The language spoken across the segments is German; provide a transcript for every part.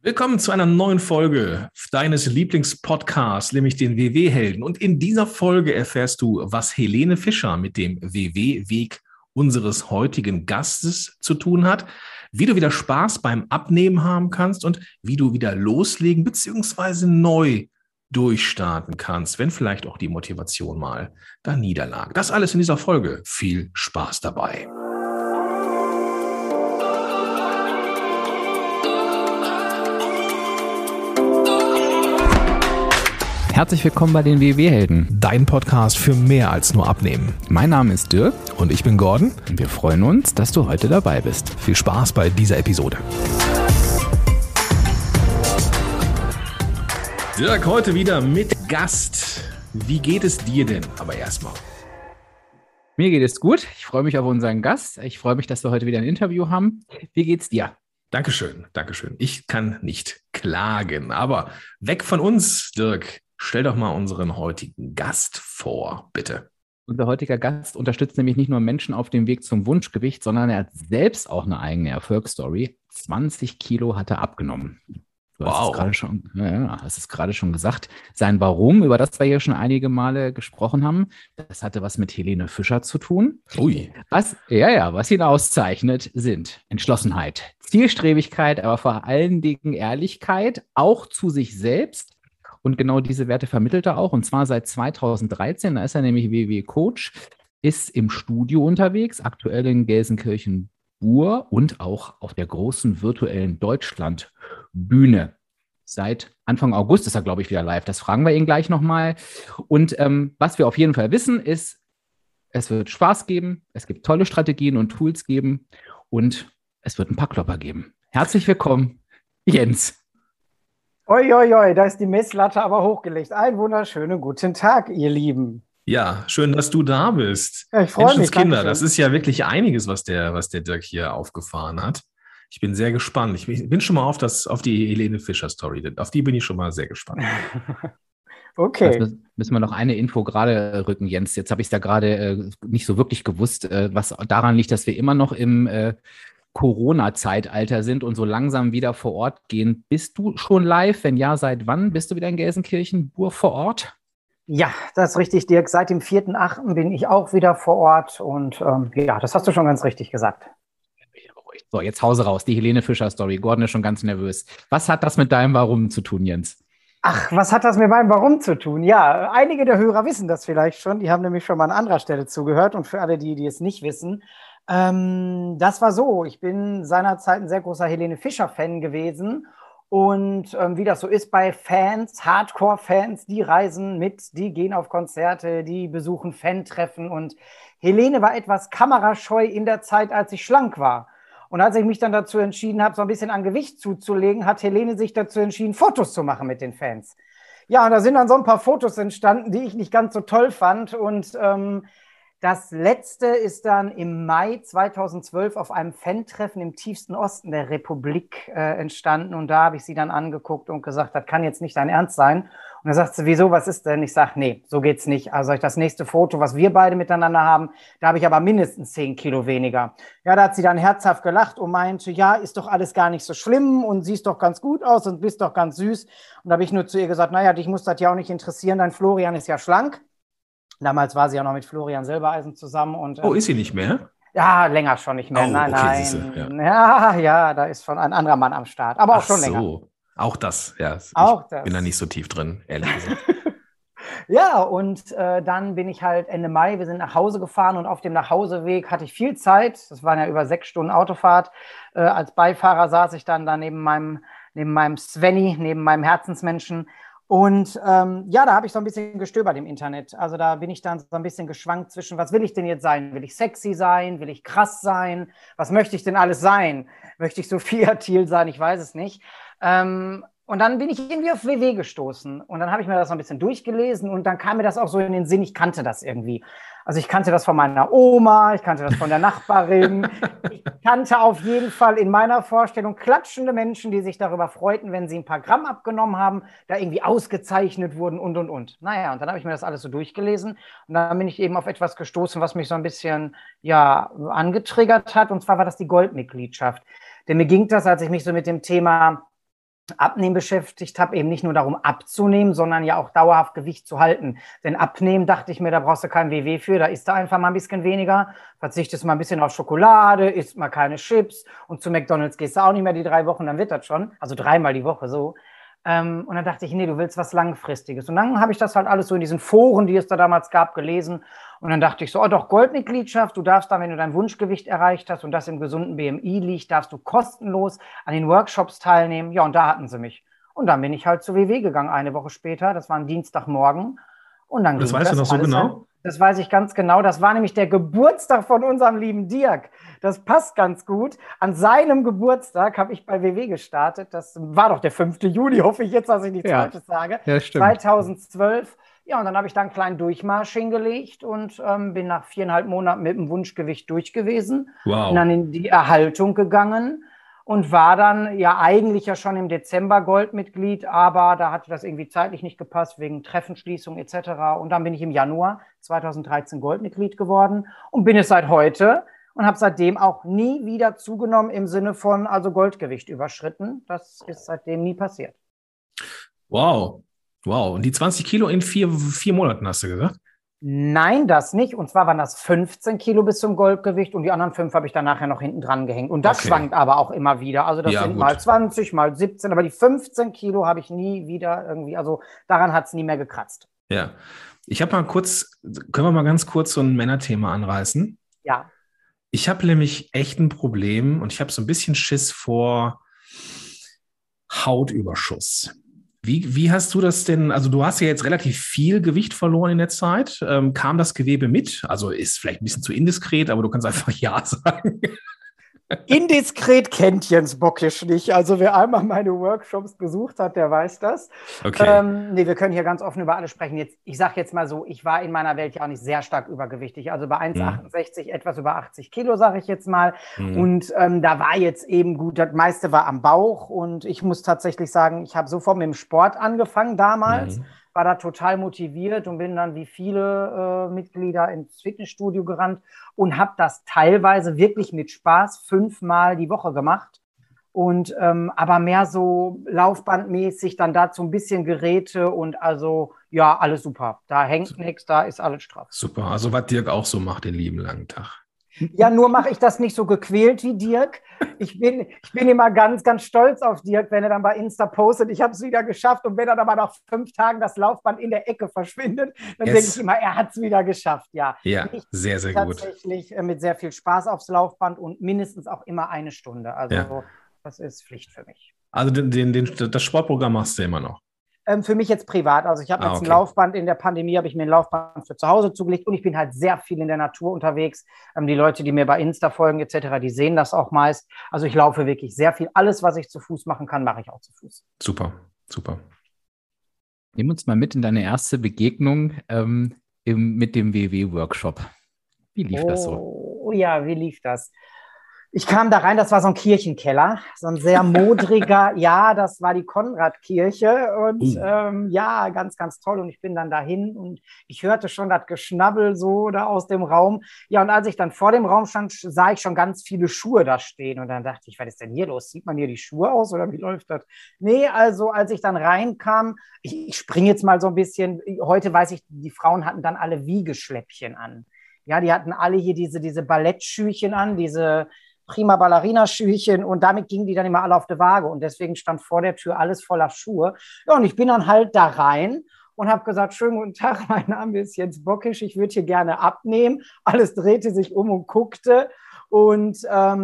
Willkommen zu einer neuen Folge deines Lieblingspodcasts, nämlich den WW-Helden. Und in dieser Folge erfährst du, was Helene Fischer mit dem WW-Weg unseres heutigen Gastes zu tun hat, wie du wieder Spaß beim Abnehmen haben kannst und wie du wieder loslegen bzw. neu durchstarten kannst, wenn vielleicht auch die Motivation mal da niederlag. Das alles in dieser Folge. Viel Spaß dabei. Herzlich willkommen bei den WW-Helden. Dein Podcast für mehr als nur Abnehmen. Mein Name ist Dirk. Und ich bin Gordon. Und wir freuen uns, dass du heute dabei bist. Viel Spaß bei dieser Episode. Dirk, heute wieder mit Gast. Wie geht es dir denn? Aber erstmal. Mir geht es gut. Ich freue mich auf unseren Gast. Ich freue mich, dass wir heute wieder ein Interview haben. Wie geht's dir? Dankeschön. Ich kann nicht klagen. Aber weg von uns, Dirk. Stell doch mal unseren heutigen Gast vor, bitte. Unser heutiger Gast unterstützt nämlich nicht nur Menschen auf dem Weg zum Wunschgewicht, sondern er hat selbst auch eine eigene Erfolgsstory. 20 Kilo hat er abgenommen. Du hast es gerade schon gesagt. Sein Warum, über das wir hier schon einige Male gesprochen haben, das hatte was mit Helene Fischer zu tun. Ui. Was ihn auszeichnet, sind Entschlossenheit, Zielstrebigkeit, aber vor allen Dingen Ehrlichkeit, auch zu sich selbst. Und genau diese Werte vermittelt er auch, und zwar seit 2013, da ist er nämlich WW-Coach, ist im Studio unterwegs, aktuell in Gelsenkirchen-Bur und auch auf der großen virtuellen Deutschland-Bühne. Seit Anfang August ist er, glaube ich, wieder live. Das fragen wir ihn gleich nochmal. Und was wir auf jeden Fall wissen, ist, es wird Spaß geben, es gibt tolle Strategien und Tools geben und es wird ein paar Klopper geben. Herzlich willkommen, Jens. Oi, da ist die Messlatte aber hochgelegt. Einen wunderschönen guten Tag, ihr Lieben. Ja, schön, dass du da bist. Ja, ich freue mich. Kinder, das ist ja wirklich einiges, was der Dirk hier aufgefahren hat. Ich bin sehr gespannt. Ich bin schon mal auf die Helene Fischer Story. Auf die bin ich schon mal sehr gespannt. Okay. Jetzt müssen wir noch eine Info gerade rücken, Jens. Jetzt habe ich es da gerade nicht so wirklich gewusst, was daran liegt, dass wir immer noch im Corona-Zeitalter sind und so langsam wieder vor Ort gehen. Bist du schon live? Wenn ja, seit wann bist du wieder in Gelsenkirchen-Bur vor Ort? Ja, das ist richtig, Dirk. Seit dem 4.8. bin ich auch wieder vor Ort und das hast du schon ganz richtig gesagt. So, jetzt Hause raus, die Helene Fischer-Story. Gordon ist schon ganz nervös. Was hat das mit deinem Warum zu tun, Jens? Ach, was hat das mit meinem Warum zu tun? Ja, einige der Hörer wissen das vielleicht schon. Die haben nämlich schon mal an anderer Stelle zugehört. Und für alle, die es nicht wissen, das war so. Ich bin seinerzeit ein sehr großer Helene Fischer-Fan gewesen. Und wie das so ist bei Fans, Hardcore-Fans, die reisen mit, die gehen auf Konzerte, die besuchen Fan-Treffen. Und Helene war etwas kamerascheu in der Zeit, als ich schlank war. Und als ich mich dann dazu entschieden habe, so ein bisschen an Gewicht zuzulegen, hat Helene sich dazu entschieden, Fotos zu machen mit den Fans. Ja, und da sind dann so ein paar Fotos entstanden, die ich nicht ganz so toll fand. Und das letzte ist dann im Mai 2012 auf einem Fan-Treffen im tiefsten Osten der Republik entstanden. Und da habe ich sie dann angeguckt und gesagt, das kann jetzt nicht dein Ernst sein. Und dann sagt sie, wieso, was ist denn? Ich sage, nee, so geht's nicht. Also das nächste Foto, was wir beide miteinander haben, da habe ich aber mindestens 10 Kilo weniger. Ja, da hat sie dann herzhaft gelacht und meinte, ja, ist doch alles gar nicht so schlimm und siehst doch ganz gut aus und bist doch ganz süß. Und da habe ich nur zu ihr gesagt, naja, dich muss das ja auch nicht interessieren, dein Florian ist ja schlank. Damals war sie ja noch mit Florian Silbereisen zusammen. Und, ist sie nicht mehr? Ja, länger schon nicht mehr. Nein. Siehste, ja, da ist schon ein anderer Mann am Start. Aber auch schon länger. Auch das, ja. Ich bin da nicht so tief drin, ehrlich gesagt. Ja, und dann bin ich halt Ende Mai, wir sind nach Hause gefahren und auf dem Nachhauseweg hatte ich viel Zeit. Das waren ja über 6 Stunden Autofahrt. Als Beifahrer saß ich dann da neben meinem Svenny, neben meinem Herzensmenschen. Und da habe ich so ein bisschen gestöbert im Internet. Also da bin ich dann so ein bisschen geschwankt zwischen, was will ich denn jetzt sein? Will ich sexy sein? Will ich krass sein? Was möchte ich denn alles sein? Möchte ich Sophia Thiel sein? Ich weiß es nicht. Und dann bin ich irgendwie auf WW gestoßen. Und dann habe ich mir das so ein bisschen durchgelesen und dann kam mir das auch so in den Sinn, ich kannte das irgendwie. Also ich kannte das von meiner Oma, ich kannte das von der Nachbarin. Ich kannte auf jeden Fall in meiner Vorstellung klatschende Menschen, die sich darüber freuten, wenn sie ein paar Gramm abgenommen haben, da irgendwie ausgezeichnet wurden und. Naja, und dann habe ich mir das alles so durchgelesen und dann bin ich eben auf etwas gestoßen, was mich so ein bisschen, angetriggert hat. Und zwar war das die Goldmitgliedschaft. Denn mir ging das, als ich mich so mit dem Thema Abnehmen beschäftigt habe, eben nicht nur darum abzunehmen, sondern ja auch dauerhaft Gewicht zu halten. Denn Abnehmen, dachte ich mir, da brauchst du kein WW für, da isst du einfach mal ein bisschen weniger, verzichtest mal ein bisschen auf Schokolade, isst mal keine Chips und zu McDonald's gehst du auch nicht mehr die 3 Wochen, dann wird das schon, also 3-mal die Woche so. Und dann dachte ich, nee, du willst was Langfristiges. Und dann habe ich das halt alles so in diesen Foren, die es da damals gab, gelesen. Und dann dachte ich so, oh doch, Goldmitgliedschaft, du darfst dann, wenn du dein Wunschgewicht erreicht hast und das im gesunden BMI liegt, darfst du kostenlos an den Workshops teilnehmen. Ja, und da hatten sie mich. Und dann bin ich halt zur WW gegangen, eine Woche später. Das war ein Dienstagmorgen. Und dann das weißt du noch so genau? Das weiß ich ganz genau. Das war nämlich der Geburtstag von unserem lieben Dirk. Das passt ganz gut. An seinem Geburtstag habe ich bei WW gestartet. Das war doch der 5. Juli, hoffe ich jetzt, dass ich nichts Falsches sage. Ja, stimmt. 2012. Ja, und dann habe ich da einen kleinen Durchmarsch hingelegt und bin nach 4,5 Monaten mit dem Wunschgewicht durch gewesen. Wow. Bin dann in die Erhaltung gegangen und war dann ja eigentlich ja schon im Dezember Goldmitglied, aber da hatte das irgendwie zeitlich nicht gepasst, wegen Treffenschließung etc. Und dann bin ich im Januar 2013 Goldmitglied geworden und bin es seit heute und habe seitdem auch nie wieder zugenommen im Sinne von also Goldgewicht überschritten. Das ist seitdem nie passiert. Wow. Wow. Und die 20 Kilo in 4 Monaten, hast du gesagt? Nein, das nicht. Und zwar waren das 15 Kilo bis zum Goldgewicht und die anderen 5 habe ich dann nachher noch hinten dran gehängt. Und das schwankt aber auch immer wieder. Also das sind gut. Mal 20, mal 17, aber die 15 Kilo habe ich nie wieder irgendwie, also daran hat es nie mehr gekratzt. Ja. Ich habe können wir mal ganz kurz so ein Männerthema anreißen? Ja. Ich habe nämlich echt ein Problem und ich habe so ein bisschen Schiss vor Hautüberschuss. Wie hast du das denn, also du hast ja jetzt relativ viel Gewicht verloren in der Zeit. Kam das Gewebe mit? Also ist vielleicht ein bisschen zu indiskret, aber du kannst einfach Ja sagen. Indiskret kennt Jens Bockisch nicht. Also wer einmal meine Workshops besucht hat, der weiß das. Okay. Nee, wir können hier ganz offen über alles sprechen. Ich sage jetzt mal so, ich war in meiner Welt ja auch nicht sehr stark übergewichtig. Also bei 1,68 etwas über 80 Kilo, sage ich jetzt mal. Und da war jetzt eben gut, das meiste war am Bauch. Und ich muss tatsächlich sagen, ich habe sofort mit dem Sport angefangen damals. War da total motiviert und bin dann wie viele Mitglieder ins Fitnessstudio gerannt und habe das teilweise wirklich mit Spaß 5-mal die Woche gemacht. Und aber mehr so laufbandmäßig, dann dazu ein bisschen Geräte und also ja, alles super. Da hängt nichts, da ist alles straff. Super, also was Dirk auch so macht den lieben langen Tag. Ja, nur mache ich das nicht so gequält wie Dirk. Ich bin immer ganz, ganz stolz auf Dirk, wenn er dann bei Insta postet, ich habe es wieder geschafft. Und wenn er dann mal nach 5 Tagen das Laufband in der Ecke verschwindet, dann denke ich immer, er hat es wieder geschafft. Ja, sehr, sehr gut. Tatsächlich mit sehr viel Spaß aufs Laufband und mindestens auch immer 1 Stunde. Also das ist Pflicht für mich. Also das Sportprogramm machst du immer noch? Für mich jetzt privat. Also ich habe jetzt ein Laufband, in der Pandemie habe ich mir ein Laufband für zu Hause zugelegt und ich bin halt sehr viel in der Natur unterwegs. Die Leute, die mir bei Insta folgen etc., die sehen das auch meist. Also ich laufe wirklich sehr viel. Alles, was ich zu Fuß machen kann, mache ich auch zu Fuß. Super, super. Nimm uns mal mit in deine erste Begegnung mit dem WW-Workshop. Wie lief das so? Oh ja, wie lief das? Ich kam da rein, das war so ein Kirchenkeller, so ein sehr modriger, ja, das war die Konradkirche und ja, ganz, ganz toll. Und ich bin dann dahin und ich hörte schon das Geschnabbel so da aus dem Raum. Ja, und als ich dann vor dem Raum stand, sah ich schon ganz viele Schuhe da stehen und dann dachte ich, was ist denn hier los? Sieht man hier die Schuhe aus oder wie läuft das? Nee, also als ich dann reinkam, ich springe jetzt mal so ein bisschen, heute weiß ich, die Frauen hatten dann alle Wiegeschläppchen an. Ja, die hatten alle hier diese Ballettschüchen an, diese prima Ballerina-Schüchen und damit gingen die dann immer alle auf die Waage und deswegen stand vor der Tür alles voller Schuhe. Ja, und ich bin dann halt da rein und habe gesagt, schönen guten Tag, mein Name ist Jens Bockisch, ich würde hier gerne abnehmen. Alles drehte sich um und guckte und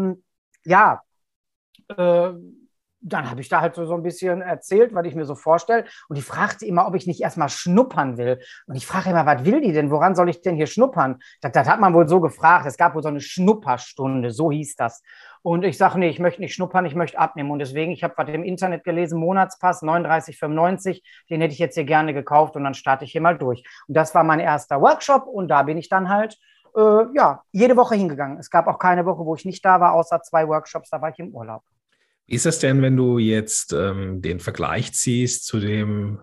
dann habe ich da halt so ein bisschen erzählt, was ich mir so vorstelle. Und die fragte immer, ob ich nicht erstmal schnuppern will. Und ich frage immer, was will die denn? Woran soll ich denn hier schnuppern? Das hat man wohl so gefragt. Es gab wohl so eine Schnupperstunde, so hieß das. Und ich sage, nee, ich möchte nicht schnuppern, ich möchte abnehmen. Und deswegen, ich habe was im Internet gelesen, Monatspass 39,95. Den hätte ich jetzt hier gerne gekauft und dann starte ich hier mal durch. Und das war mein erster Workshop und da bin ich dann halt jede Woche hingegangen. Es gab auch keine Woche, wo ich nicht da war, außer 2 Workshops, da war ich im Urlaub. Wie ist das denn, wenn du jetzt den Vergleich ziehst zu den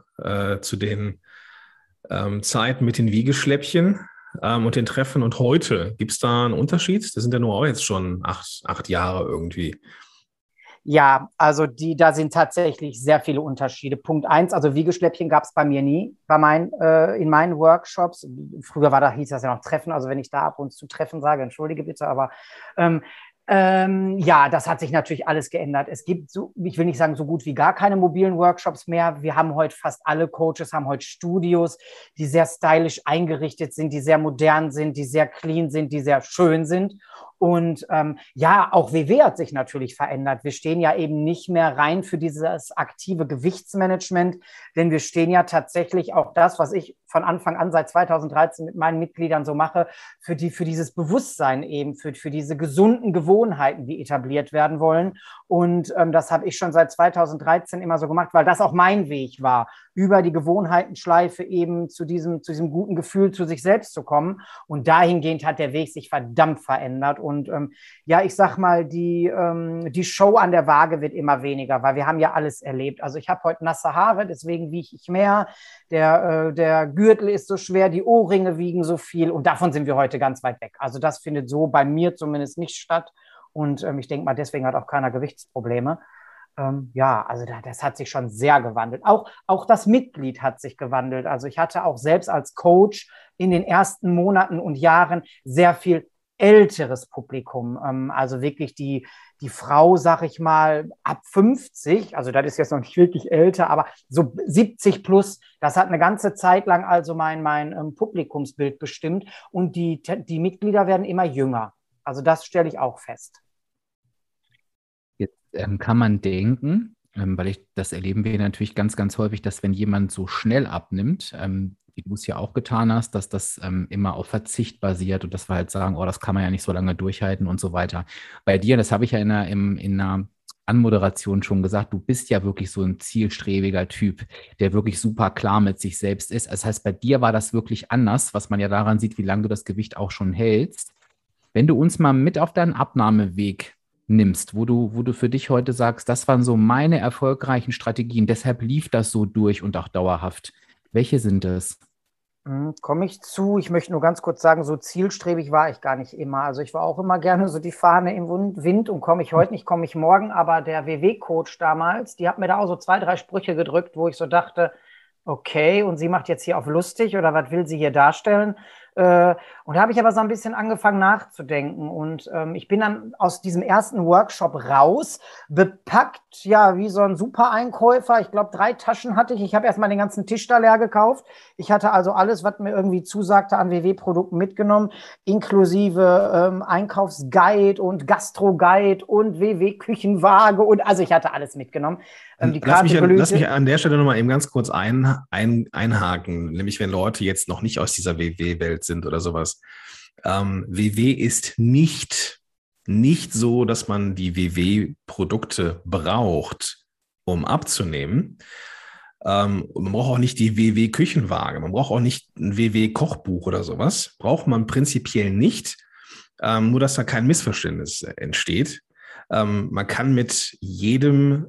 Zeiten mit den Wiegeschläppchen und den Treffen und heute? Gibt es da einen Unterschied? Das sind ja nur auch jetzt schon 8 Jahre irgendwie. Ja, also da sind tatsächlich sehr viele Unterschiede. Punkt eins, also Wiegeschläppchen gab es bei mir nie in meinen Workshops. Früher hieß das ja noch Treffen, also wenn ich da ab und zu Treffen sage, entschuldige bitte, aber ähm, ja, das hat sich natürlich alles geändert. Es gibt ich will nicht sagen, so gut wie gar keine mobilen Workshops mehr. Wir haben heute fast alle Coaches, haben heute Studios, die sehr stylisch eingerichtet sind, die sehr modern sind, die sehr clean sind, die sehr schön sind. Und ja, auch WW hat sich natürlich verändert. Wir stehen ja eben nicht mehr rein für dieses aktive Gewichtsmanagement, denn wir stehen ja tatsächlich auch das, was ich von Anfang an seit 2013 mit meinen Mitgliedern so mache, für dieses Bewusstsein eben, für diese gesunden Gewohnheiten, die etabliert werden wollen. Und das habe ich schon seit 2013 immer so gemacht, weil das auch mein Weg war, über die Gewohnheitenschleife eben zu diesem guten Gefühl zu sich selbst zu kommen. Und dahingehend hat der Weg sich verdammt verändert. Und ja, ich sag mal, die Show an der Waage wird immer weniger, weil wir haben ja alles erlebt. Also ich habe heute nasse Haare, deswegen wiege ich mehr. Der Gürtel ist so schwer, die Ohrringe wiegen so viel. Und davon sind wir heute ganz weit weg. Also das findet so bei mir zumindest nicht statt. Und ich denke mal, deswegen hat auch keiner Gewichtsprobleme. Ja, also das hat sich schon sehr gewandelt. Auch das Mitglied hat sich gewandelt. Also ich hatte auch selbst als Coach in den ersten Monaten und Jahren sehr viel älteres Publikum. Also wirklich die Frau, sag ich mal, ab 50, also das ist jetzt noch nicht wirklich älter, aber so 70 plus, das hat eine ganze Zeit lang also mein Publikumsbild bestimmt. Und die Mitglieder werden immer jünger. Also das stelle ich auch fest. Jetzt kann man denken, weil das erleben wir natürlich ganz, ganz häufig, dass wenn jemand so schnell abnimmt, wie du es ja auch getan hast, dass das immer auf Verzicht basiert und dass wir halt sagen, oh, das kann man ja nicht so lange durchhalten und so weiter. Bei dir, das habe ich ja in einer Anmoderation schon gesagt, du bist ja wirklich so ein zielstrebiger Typ, der wirklich super klar mit sich selbst ist. Das heißt, bei dir war das wirklich anders, was man ja daran sieht, wie lange du das Gewicht auch schon hältst. Wenn du uns mal mit auf deinen Abnahmeweg nimmst, wo du für dich heute sagst, das waren so meine erfolgreichen Strategien, deshalb lief das so durch und auch dauerhaft. Welche sind es? Komme ich zu. Ich möchte nur ganz kurz sagen, so zielstrebig war ich gar nicht immer. Also ich war auch immer gerne so die Fahne im Wind und komme ich heute nicht, komme ich morgen. Aber der WW-Coach damals, die hat mir da auch so 2, 3 Sprüche gedrückt, wo ich so dachte, okay, und sie macht jetzt hier auf lustig oder was will sie hier darstellen? Und da habe ich aber so ein bisschen angefangen nachzudenken. Und ich bin dann aus diesem ersten Workshop raus, bepackt, ja, wie so ein Super-Einkäufer. Ich glaube, 3 Taschen hatte ich. Ich habe erstmal den ganzen Tisch da leer gekauft. Ich hatte also alles, was mir irgendwie zusagte, an WW-Produkten mitgenommen, inklusive Einkaufsguide und Gastro-Guide und WW-Küchenwaage. Und also ich hatte alles mitgenommen. Lass mich an der Stelle nochmal eben ganz kurz einhaken, nämlich wenn Leute jetzt noch nicht aus dieser WW-Welt sind oder sowas. WW ist nicht so, dass man die WW-Produkte braucht, um abzunehmen. Man braucht auch nicht die WW-Küchenwaage, man braucht auch nicht ein WW-Kochbuch oder sowas. Braucht man prinzipiell nicht, nur dass da kein Missverständnis entsteht. Man kann mit jedem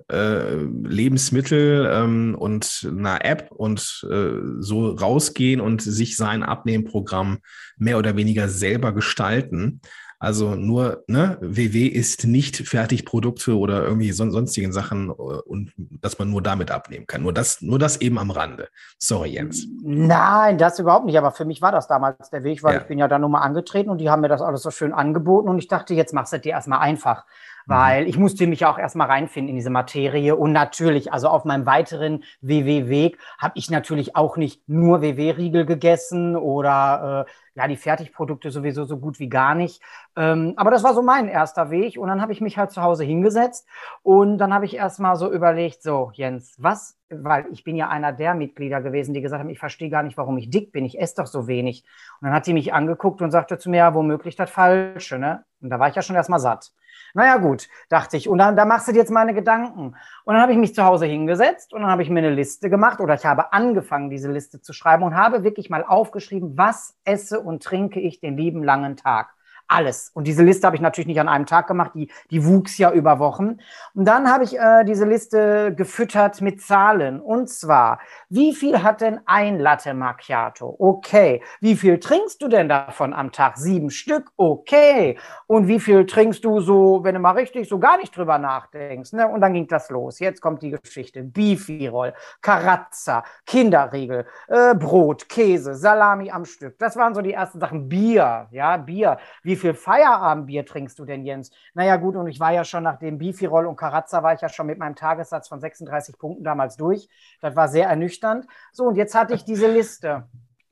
Lebensmittel und einer App und so rausgehen und sich sein Abnehmprogramm mehr oder weniger selber gestalten. Also nur, WW ist nicht Fertigprodukte oder irgendwie sonstigen Sachen und dass man nur damit abnehmen kann. Nur das eben am Rande. Sorry, Jens. Nein, das überhaupt nicht. Aber für mich war das damals der Weg, weil ich bin ja da nur mal angetreten und die haben mir das alles so schön angeboten und ich dachte, jetzt machst du dir erstmal einfach. Weil ich musste mich ja auch erstmal reinfinden in diese Materie. Und natürlich, also auf meinem weiteren WW-Weg habe ich natürlich auch nicht nur WW-Riegel gegessen oder ja, die Fertigprodukte sowieso so gut wie gar nicht. Aber das war so mein erster Weg. Und dann habe ich mich halt zu Hause hingesetzt und dann habe ich erstmal so überlegt, so Jens, was? Weil ich bin ja einer der Mitglieder gewesen, die gesagt haben, ich verstehe gar nicht, warum ich dick bin. Ich esse doch so wenig. Und dann hat die mich angeguckt und sagte zu mir, ja, womöglich das Falsche, ne? Und da war ich ja schon erstmal satt. Naja, gut, dachte ich. Und dann da machst du dir jetzt meine Gedanken. Und dann habe ich mich zu Hause hingesetzt und dann habe ich mir eine Liste gemacht oder ich habe angefangen, diese Liste zu schreiben und habe wirklich mal aufgeschrieben, was esse und trinke ich den lieben langen Tag. alles. Und diese Liste habe ich natürlich nicht an einem Tag gemacht, die wuchs ja über Wochen. Und dann habe ich diese Liste gefüttert mit Zahlen. Und zwar, wie viel hat denn ein Latte Macchiato? Okay. Wie viel trinkst du denn davon am Tag? 7 Stück? Okay. Und wie viel trinkst du so, wenn du mal richtig so gar nicht drüber nachdenkst? Ne? Und dann ging das los. Jetzt kommt die Geschichte. Bifirol, Carazza, Kinderriegel, Brot, Käse, Salami am Stück. Das waren so die ersten Sachen. Bier, ja, Bier. Wie viel Feierabendbier trinkst du denn, Jens? Naja, gut, und ich war ja schon nach dem Bifirol und Carazza war ich ja schon mit meinem Tagessatz von 36 Punkten damals durch. Das war sehr ernüchternd. So, und jetzt hatte ich diese Liste.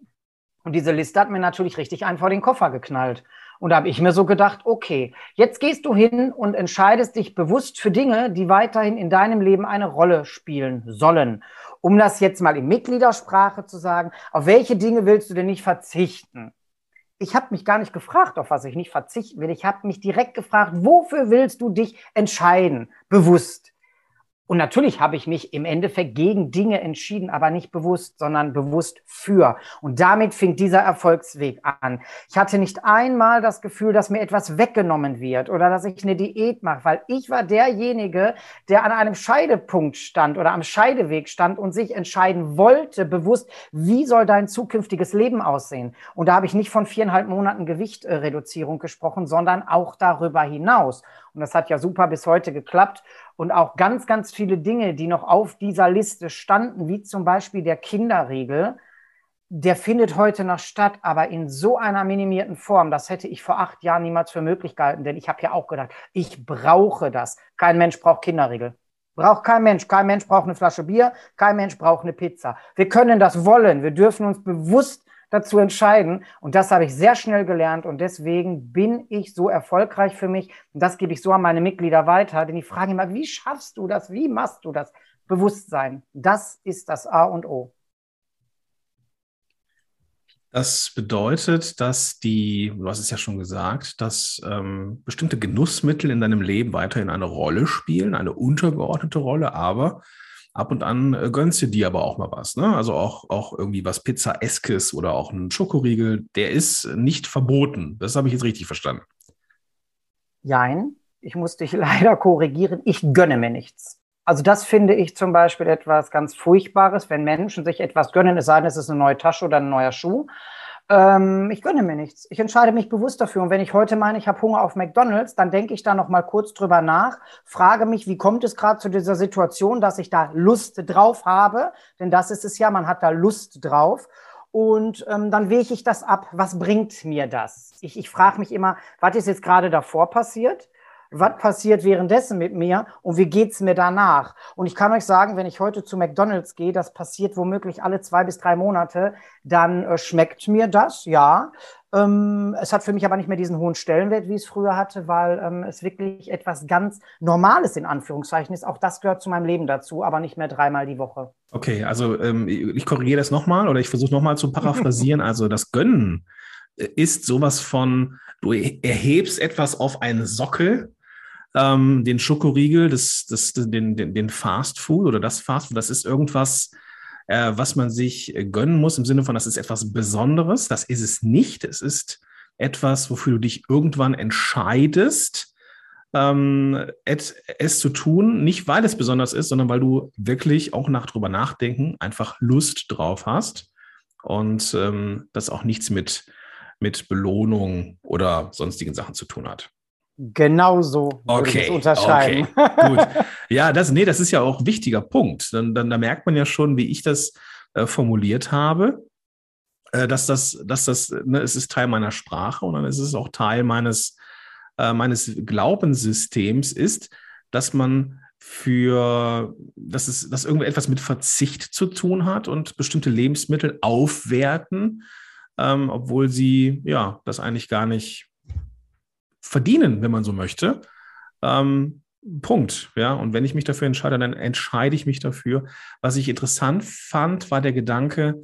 Und diese Liste hat mir natürlich richtig einen vor den Koffer geknallt. Und da habe ich mir so gedacht, okay, jetzt gehst du hin und entscheidest dich bewusst für Dinge, die weiterhin in deinem Leben eine Rolle spielen sollen. Um das jetzt mal in Mitgliedersprache zu sagen, auf welche Dinge willst du denn nicht verzichten? Ich habe mich gar nicht gefragt, auf was ich nicht verzichten will. Ich habe mich direkt gefragt, wofür willst du dich entscheiden, bewusst? Und natürlich habe ich mich im Endeffekt gegen Dinge entschieden, aber nicht bewusst, sondern bewusst für. Und damit fing dieser Erfolgsweg an. Ich hatte nicht einmal das Gefühl, dass mir etwas weggenommen wird oder dass ich eine Diät mache, weil ich war derjenige, der an einem Scheidepunkt stand oder am Scheideweg stand und sich entscheiden wollte, bewusst, wie soll dein zukünftiges Leben aussehen? Und da habe ich nicht von 4,5 Monaten Gewichtreduzierung gesprochen, sondern auch darüber hinaus. Und das hat ja super bis heute geklappt. Und auch ganz, ganz viele Dinge, die noch auf dieser Liste standen, wie zum Beispiel der Kinderriegel, der findet heute noch statt, aber in so einer minimierten Form. Das hätte ich vor 8 Jahren niemals für möglich gehalten, denn ich habe ja auch gedacht, ich brauche das. Kein Mensch braucht Kinderriegel. Braucht kein Mensch. Kein Mensch braucht eine Flasche Bier. Kein Mensch braucht eine Pizza. Wir können das wollen. Wir dürfen uns bewusst dazu entscheiden. Und das habe ich sehr schnell gelernt. Und deswegen bin ich so erfolgreich für mich. Und das gebe ich so an meine Mitglieder weiter. Denn die fragen immer, wie schaffst du das? Wie machst du das? Bewusstsein. Das ist das A und O. Das bedeutet, dass du hast es ja schon gesagt, dass bestimmte Genussmittel in deinem Leben weiterhin eine Rolle spielen, eine untergeordnete Rolle, aber ab und an gönnst du dir aber auch mal was, ne? Also auch irgendwie was Pizzaeskes oder auch ein Schokoriegel, der ist nicht verboten. Das habe ich jetzt richtig verstanden. Jein, ich muss dich leider korrigieren. Ich gönne mir nichts. Also das finde ich zum Beispiel etwas ganz Furchtbares, wenn Menschen sich etwas gönnen, es sei denn, es ist eine neue Tasche oder ein neuer Schuh. Ich gönne mir nichts. Ich entscheide mich bewusst dafür. Und wenn ich heute meine, ich habe Hunger auf McDonald's, dann denke ich da noch mal kurz drüber nach, frage mich, wie kommt es gerade zu dieser Situation, dass ich da Lust drauf habe? Denn das ist es ja, man hat da Lust drauf. Und dann wege ich das ab. Was bringt mir das? Ich frage mich immer, was ist jetzt gerade davor passiert? Was passiert währenddessen mit mir und wie geht es mir danach? Und ich kann euch sagen, wenn ich heute zu McDonald's gehe, das passiert womöglich alle 2 bis 3 Monate, dann schmeckt mir das, ja. Es hat für mich aber nicht mehr diesen hohen Stellenwert, wie es früher hatte, weil es wirklich etwas ganz Normales in Anführungszeichen ist. Auch das gehört zu meinem Leben dazu, aber nicht mehr 3-mal die Woche. Okay, also ich korrigiere das nochmal oder ich versuche nochmal zu paraphrasieren. Also das Gönnen ist sowas von, du erhebst etwas auf einen Sockel, den Schokoriegel, den Fast Food oder das Fast Food, das ist irgendwas, was man sich gönnen muss, im Sinne von, das ist etwas Besonderes. Das ist es nicht. Es ist etwas, wofür du dich irgendwann entscheidest, es zu tun, nicht weil es besonders ist, sondern weil du wirklich auch drüber nachdenken, einfach Lust drauf hast und das auch nichts mit Belohnung oder sonstigen Sachen zu tun hat. Genau so würde ich es unterschreiben. Okay, gut. Ja, das ist ja auch ein wichtiger Punkt. Da merkt man ja schon, wie ich das formuliert habe, dass das ne, es ist Teil meiner Sprache und dann ist es auch Teil meines Glaubenssystems ist, dass dass irgendetwas mit Verzicht zu tun hat und bestimmte Lebensmittel aufwerten, obwohl sie ja das eigentlich gar nicht verdienen, wenn man so möchte. Punkt. Ja, und wenn ich mich dafür entscheide, dann entscheide ich mich dafür. Was ich interessant fand, war der Gedanke,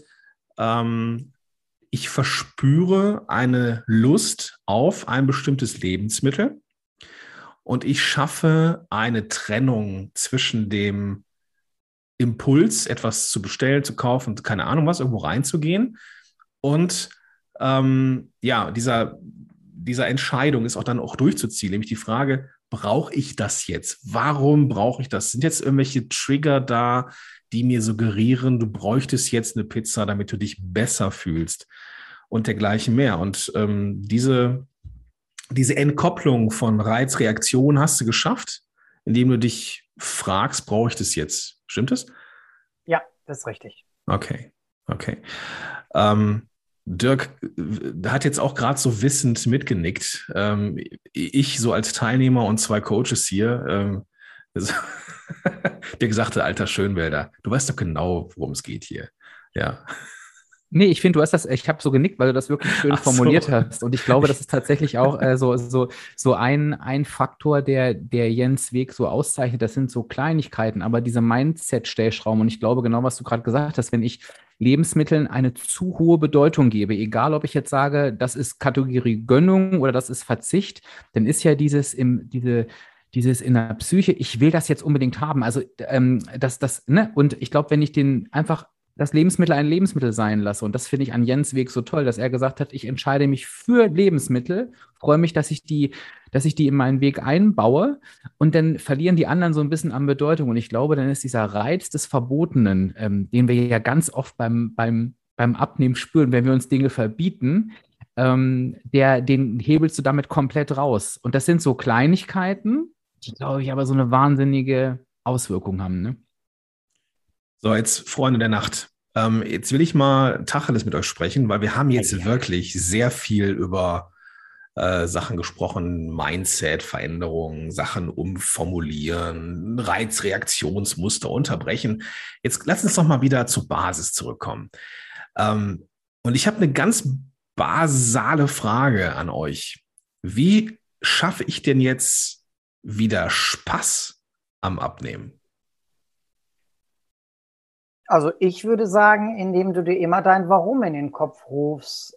ich verspüre eine Lust auf ein bestimmtes Lebensmittel und ich schaffe eine Trennung zwischen dem Impuls, etwas zu bestellen, zu kaufen, keine Ahnung was, irgendwo reinzugehen und ja, dieser Entscheidung ist auch dann auch durchzuziehen, nämlich die Frage, brauche ich das jetzt? Warum brauche ich das? Sind jetzt irgendwelche Trigger da, die mir suggerieren, du bräuchtest jetzt eine Pizza, damit du dich besser fühlst und dergleichen mehr. Und diese Entkopplung von Reiz-Reaktion hast du geschafft, indem du dich fragst, brauche ich das jetzt? Stimmt das? Ja, das ist richtig. Okay. Dirk hat jetzt auch gerade so wissend mitgenickt. Ich so als Teilnehmer und 2 Coaches hier, der gesagte, alter Schönwälder, du weißt doch genau, worum es geht hier. Ja. Nee, ich finde, ich habe so genickt, weil du das wirklich schön formuliert hast. Und ich glaube, das ist tatsächlich auch so ein Faktor, der Jens Weg so auszeichnet. Das sind so Kleinigkeiten, aber diese Mindset-Stellschrauben. Und ich glaube genau, was du gerade gesagt hast, wenn ich Lebensmitteln eine zu hohe Bedeutung gebe, egal ob ich jetzt sage, das ist Kategorie Gönnung oder das ist Verzicht, dann ist ja dieses in der Psyche, ich will das jetzt unbedingt haben. Also ne? Und ich glaube, wenn ich den einfach das Lebensmittel ein Lebensmittel sein lasse. Und das finde ich an Jens Weg so toll, dass er gesagt hat, ich entscheide mich für Lebensmittel, freue mich, dass ich die in meinen Weg einbaue und dann verlieren die anderen so ein bisschen an Bedeutung. Und ich glaube, dann ist dieser Reiz des Verbotenen, den wir ja ganz oft beim Abnehmen spüren, wenn wir uns Dinge verbieten, den hebelst du damit komplett raus. Und das sind so Kleinigkeiten, die, glaube ich, aber so eine wahnsinnige Auswirkung haben, ne? So, jetzt Freunde der Nacht. Jetzt will ich mal Tacheles mit euch sprechen, weil wir haben jetzt wirklich sehr viel über Sachen gesprochen, Mindset, Veränderungen, Sachen umformulieren, Reizreaktionsmuster unterbrechen. Jetzt lass uns doch mal wieder zur Basis zurückkommen. Und ich habe eine ganz basale Frage an euch. Wie schaffe ich denn jetzt wieder Spaß am Abnehmen? Also ich würde sagen, indem du dir immer dein Warum in den Kopf rufst.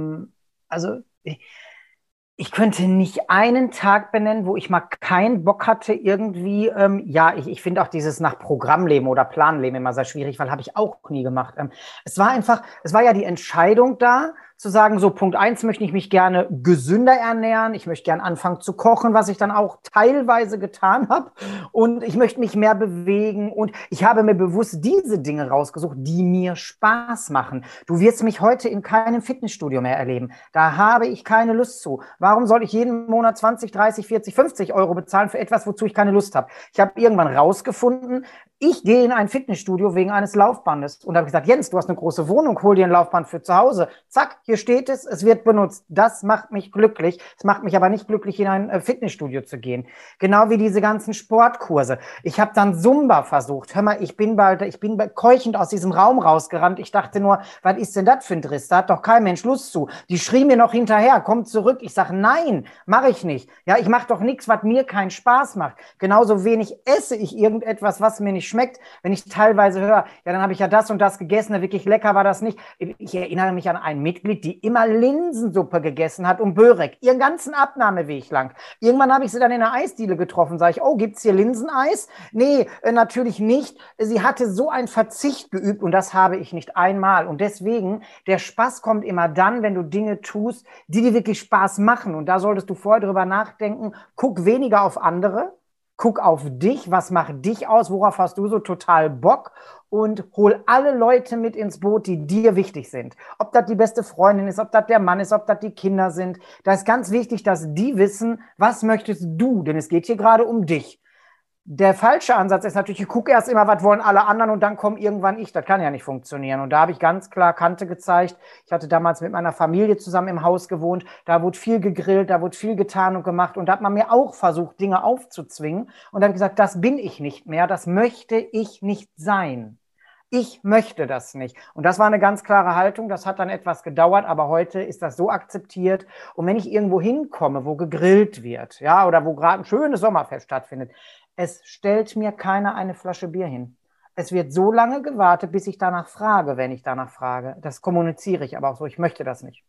Ich könnte nicht einen Tag benennen, wo ich mal keinen Bock hatte, irgendwie, ich finde auch dieses nach Programmleben oder Planleben immer sehr schwierig, weil habe ich auch nie gemacht. Es war ja die Entscheidung da, zu sagen, so Punkt 1 möchte ich mich gerne gesünder ernähren, ich möchte gerne anfangen zu kochen, was ich dann auch teilweise getan habe und ich möchte mich mehr bewegen und ich habe mir bewusst diese Dinge rausgesucht, die mir Spaß machen. Du wirst mich heute in keinem Fitnessstudio mehr erleben, da habe ich keine Lust zu. Warum soll ich jeden Monat 20, 30, 40, 50 Euro bezahlen für etwas, wozu ich keine Lust habe? Ich habe irgendwann rausgefunden, ich gehe in ein Fitnessstudio wegen eines Laufbandes und habe gesagt, Jens, du hast eine große Wohnung, hol dir ein Laufband für zu Hause. Zack, hier steht es wird benutzt. Das macht mich glücklich. Es macht mich aber nicht glücklich, in ein Fitnessstudio zu gehen. Genau wie diese ganzen Sportkurse. Ich habe dann Zumba versucht. Hör mal, ich bin keuchend aus diesem Raum rausgerannt. Ich dachte nur, was ist denn das für ein Driss? Da hat doch kein Mensch Lust zu. Die schrien mir noch hinterher, komm zurück. Ich sage, nein, mache ich nicht. Ja, ich mache doch nichts, was mir keinen Spaß macht. Genauso wenig esse ich irgendetwas, was mir nicht schmeckt. Wenn ich teilweise höre, ja, dann habe ich ja das und das gegessen, wirklich lecker war das nicht. Ich erinnere mich an ein Mitglied, die immer Linsensuppe gegessen hat und Börek, ihren ganzen Abnahmeweg lang. Irgendwann habe ich sie dann in einer Eisdiele getroffen, sage ich, oh, gibt's hier Linseneis? Nee, natürlich nicht. Sie hatte so einen Verzicht geübt und das habe ich nicht einmal. Und deswegen, der Spaß kommt immer dann, wenn du Dinge tust, die dir wirklich Spaß machen. Und da solltest du vorher drüber nachdenken, guck weniger auf andere, guck auf dich, was macht dich aus, worauf hast du so total Bock und hol alle Leute mit ins Boot, die dir wichtig sind. Ob das die beste Freundin ist, ob das der Mann ist, ob das die Kinder sind. Da ist ganz wichtig, dass die wissen, was möchtest du, denn es geht hier gerade um dich. Der falsche Ansatz ist natürlich, ich gucke erst immer, was wollen alle anderen und dann komme irgendwann ich. Das kann ja nicht funktionieren. Und da habe ich ganz klar Kante gezeigt. Ich hatte damals mit meiner Familie zusammen im Haus gewohnt. Da wurde viel gegrillt, da wurde viel getan und gemacht. Und da hat man mir auch versucht, Dinge aufzuzwingen. Und dann gesagt, das bin ich nicht mehr, das möchte ich nicht sein. Ich möchte das nicht. Und das war eine ganz klare Haltung. Das hat dann etwas gedauert, aber heute ist das so akzeptiert. Und wenn ich irgendwo hinkomme, wo gegrillt wird, ja, oder wo gerade ein schönes Sommerfest stattfindet, es stellt mir keiner eine Flasche Bier hin. Es wird so lange gewartet, bis ich danach frage, wenn ich danach frage. Das kommuniziere ich aber auch so. Ich möchte das nicht.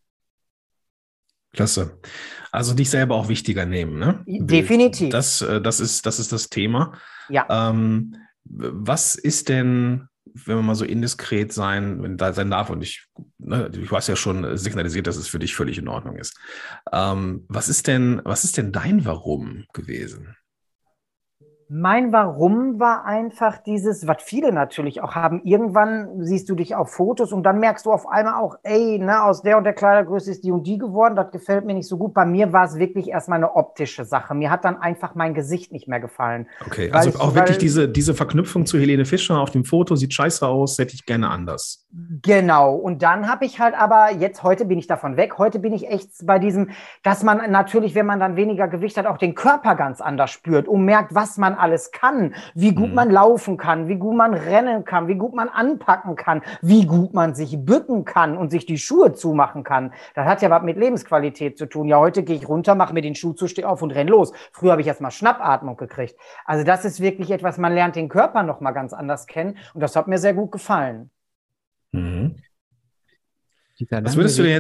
Klasse. Also dich selber auch wichtiger nehmen, ne? Definitiv. Das ist das Thema. Ja. Was ist denn, wenn man mal so indiskret sein darf, und ich du hast ja schon signalisiert, dass es für dich völlig in Ordnung ist. Was ist denn dein Warum gewesen? Mein Warum war einfach dieses, was viele natürlich auch haben. Irgendwann siehst du dich auf Fotos und dann merkst du auf einmal auch, ey, ne, aus der und der Kleidergröße ist die und die geworden. Das gefällt mir nicht so gut. Bei mir war es wirklich erstmal eine optische Sache. Mir hat dann einfach mein Gesicht nicht mehr gefallen. Okay, also auch wirklich diese Verknüpfung zu Helene Fischer auf dem Foto, sieht scheiße aus, hätte ich gerne anders. Genau. Und dann habe ich halt aber, heute bin ich davon weg. Heute bin ich echt bei diesem, dass man natürlich, wenn man dann weniger Gewicht hat, auch den Körper ganz anders spürt und merkt, was man alles kann, wie gut man laufen kann, wie gut man rennen kann, wie gut man anpacken kann, wie gut man sich bücken kann und sich die Schuhe zumachen kann. Das hat ja was mit Lebensqualität zu tun. Ja, heute gehe ich runter, mache mir den Schuh zu, stehe auf und renn los. Früher habe ich erst mal Schnappatmung gekriegt. Also das ist wirklich etwas, man lernt den Körper noch mal ganz anders kennen und das hat mir sehr gut gefallen. Mhm. Was würdest du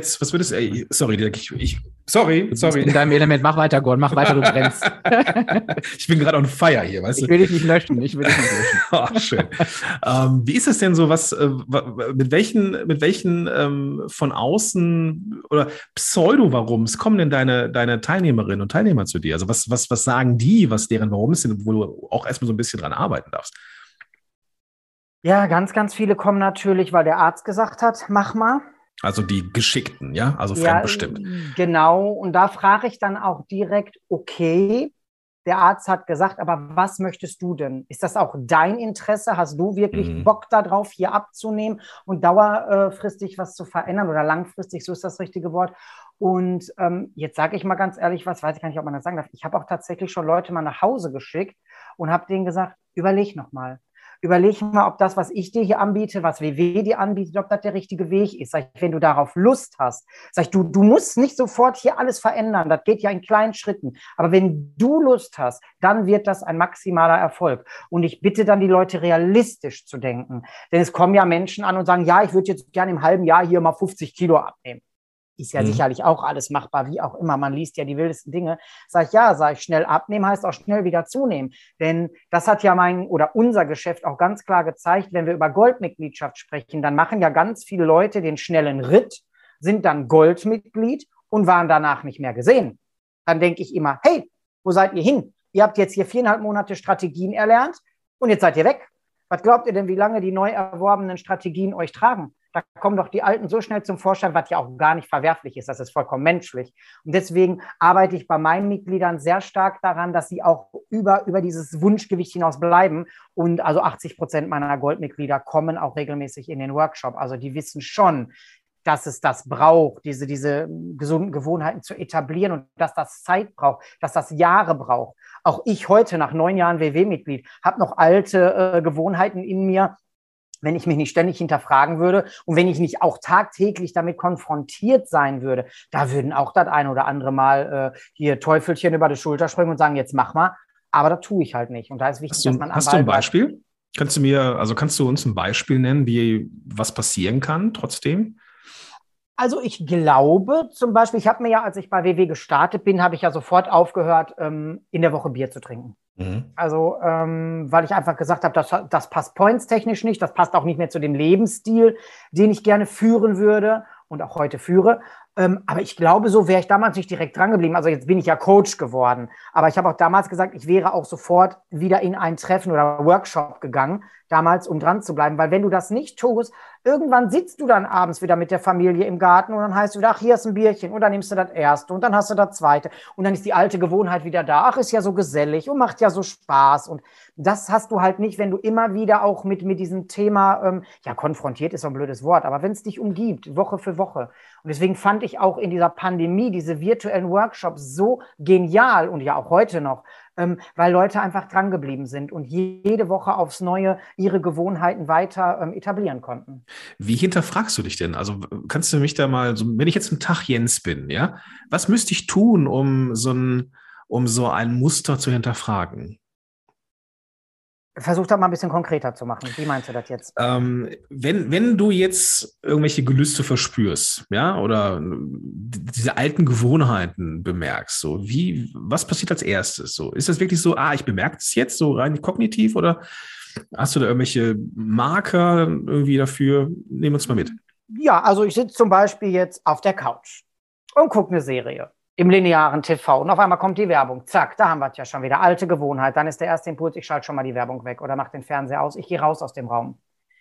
sorry. In deinem Element, mach weiter, Gordon, mach weiter, du brennst. Ich bin gerade on fire hier, weißt du? Ich will dich nicht löschen. Oh, schön. Wie ist es denn so, mit welchen von außen oder Pseudo-Warums kommen denn deine Teilnehmerinnen und Teilnehmer zu dir? Also was sagen die, was deren Warum ist, wo du auch erstmal so ein bisschen dran arbeiten darfst? Ja, ganz, ganz viele kommen natürlich, weil der Arzt gesagt hat, mach mal. Also die Geschickten, ja? Also fremdbestimmt. Ja, genau. Und da frage ich dann auch direkt, okay, der Arzt hat gesagt, aber was möchtest du denn? Ist das auch dein Interesse? Hast du wirklich Bock darauf, hier abzunehmen und dauerfristig was zu verändern oder langfristig, so ist das richtige Wort? Und jetzt sage ich mal ganz ehrlich, weiß ich gar nicht, ob man das sagen darf. Ich habe auch tatsächlich schon Leute mal nach Hause geschickt und habe denen gesagt, überleg nochmal. Überleg mal, ob das, was ich dir hier anbiete, was WW dir anbietet, ob das der richtige Weg ist. Sag ich, wenn du darauf Lust hast, sag ich, du musst nicht sofort hier alles verändern. Das geht ja in kleinen Schritten. Aber wenn du Lust hast, dann wird das ein maximaler Erfolg. Und ich bitte dann die Leute, realistisch zu denken. Denn es kommen ja Menschen an und sagen, ja, ich würde jetzt gerne im halben Jahr hier mal 50 Kilo abnehmen. Ist ja sicherlich auch alles machbar, wie auch immer. Man liest ja die wildesten Dinge. Sag ich, schnell abnehmen heißt auch schnell wieder zunehmen. Denn das hat ja unser Geschäft auch ganz klar gezeigt, wenn wir über Goldmitgliedschaft sprechen, dann machen ja ganz viele Leute den schnellen Ritt, sind dann Goldmitglied und waren danach nicht mehr gesehen. Dann denke ich immer, hey, wo seid ihr hin? Ihr habt jetzt hier 4,5 Monate Strategien erlernt und jetzt seid ihr weg. Was glaubt ihr denn, wie lange die neu erworbenen Strategien euch tragen? Da kommen doch die Alten so schnell zum Vorschein, was ja auch gar nicht verwerflich ist. Das ist vollkommen menschlich. Und deswegen arbeite ich bei meinen Mitgliedern sehr stark daran, dass sie auch über dieses Wunschgewicht hinaus bleiben. Und also 80% meiner Goldmitglieder kommen auch regelmäßig in den Workshop. Also die wissen schon, dass es das braucht, diese gesunden Gewohnheiten zu etablieren und dass das Zeit braucht, dass das Jahre braucht. Auch ich heute nach 9 Jahren WW-Mitglied habe noch alte Gewohnheiten in mir, wenn ich mich nicht ständig hinterfragen würde und wenn ich nicht auch tagtäglich damit konfrontiert sein würde, da würden auch das ein oder andere Mal hier Teufelchen über die Schulter springen und sagen, jetzt mach mal. Aber das tue ich halt nicht. Und da ist wichtig, dass man Hast du ein Beispiel? Kannst du uns ein Beispiel nennen, was passieren kann trotzdem? Also ich glaube zum Beispiel, ich habe mir ja, als ich bei WW gestartet bin, habe ich ja sofort aufgehört, in der Woche Bier zu trinken. Also, weil ich einfach gesagt habe, das passt points-technisch nicht, das passt auch nicht mehr zu dem Lebensstil, den ich gerne führen würde und auch heute führe. Aber ich glaube, so wäre ich damals nicht direkt dran geblieben. Also jetzt bin ich ja Coach geworden. Aber ich habe auch damals gesagt, ich wäre auch sofort wieder in ein Treffen oder Workshop gegangen, damals, um dran zu bleiben. Weil wenn du das nicht tust, irgendwann sitzt du dann abends wieder mit der Familie im Garten und dann heißt es wieder, ach, hier ist ein Bierchen und dann nimmst du das erste und dann hast du das zweite und dann ist die alte Gewohnheit wieder da. Ach, ist ja so gesellig und macht ja so Spaß. Und das hast du halt nicht, wenn du immer wieder auch mit diesem Thema, konfrontiert ist so ein blödes Wort, aber wenn es dich umgibt, Woche für Woche. Und deswegen fand ich auch in dieser Pandemie diese virtuellen Workshops so genial und ja auch heute noch, weil Leute einfach dran geblieben sind und jede Woche aufs Neue ihre Gewohnheiten weiter etablieren konnten. Wie hinterfragst du dich denn? Also kannst du mich da mal, wenn ich jetzt ein Tag Jens bin, ja, was müsste ich tun, um so ein Muster zu hinterfragen? Versuch das mal ein bisschen konkreter zu machen. Wie meinst du das jetzt? Wenn du jetzt irgendwelche Gelüste verspürst, ja, oder diese alten Gewohnheiten bemerkst, so was passiert als erstes? So, ist das wirklich so, ich bemerke es jetzt so rein kognitiv oder hast du da irgendwelche Marker irgendwie dafür? Nehmen wir uns mal mit. Ja, also ich sitze zum Beispiel jetzt auf der Couch und gucke eine Serie im linearen TV und auf einmal kommt die Werbung. Zack, da haben wir es ja schon wieder. Alte Gewohnheit. Dann ist der erste Impuls, ich schalte schon mal die Werbung weg oder mache den Fernseher aus. Ich gehe raus aus dem Raum.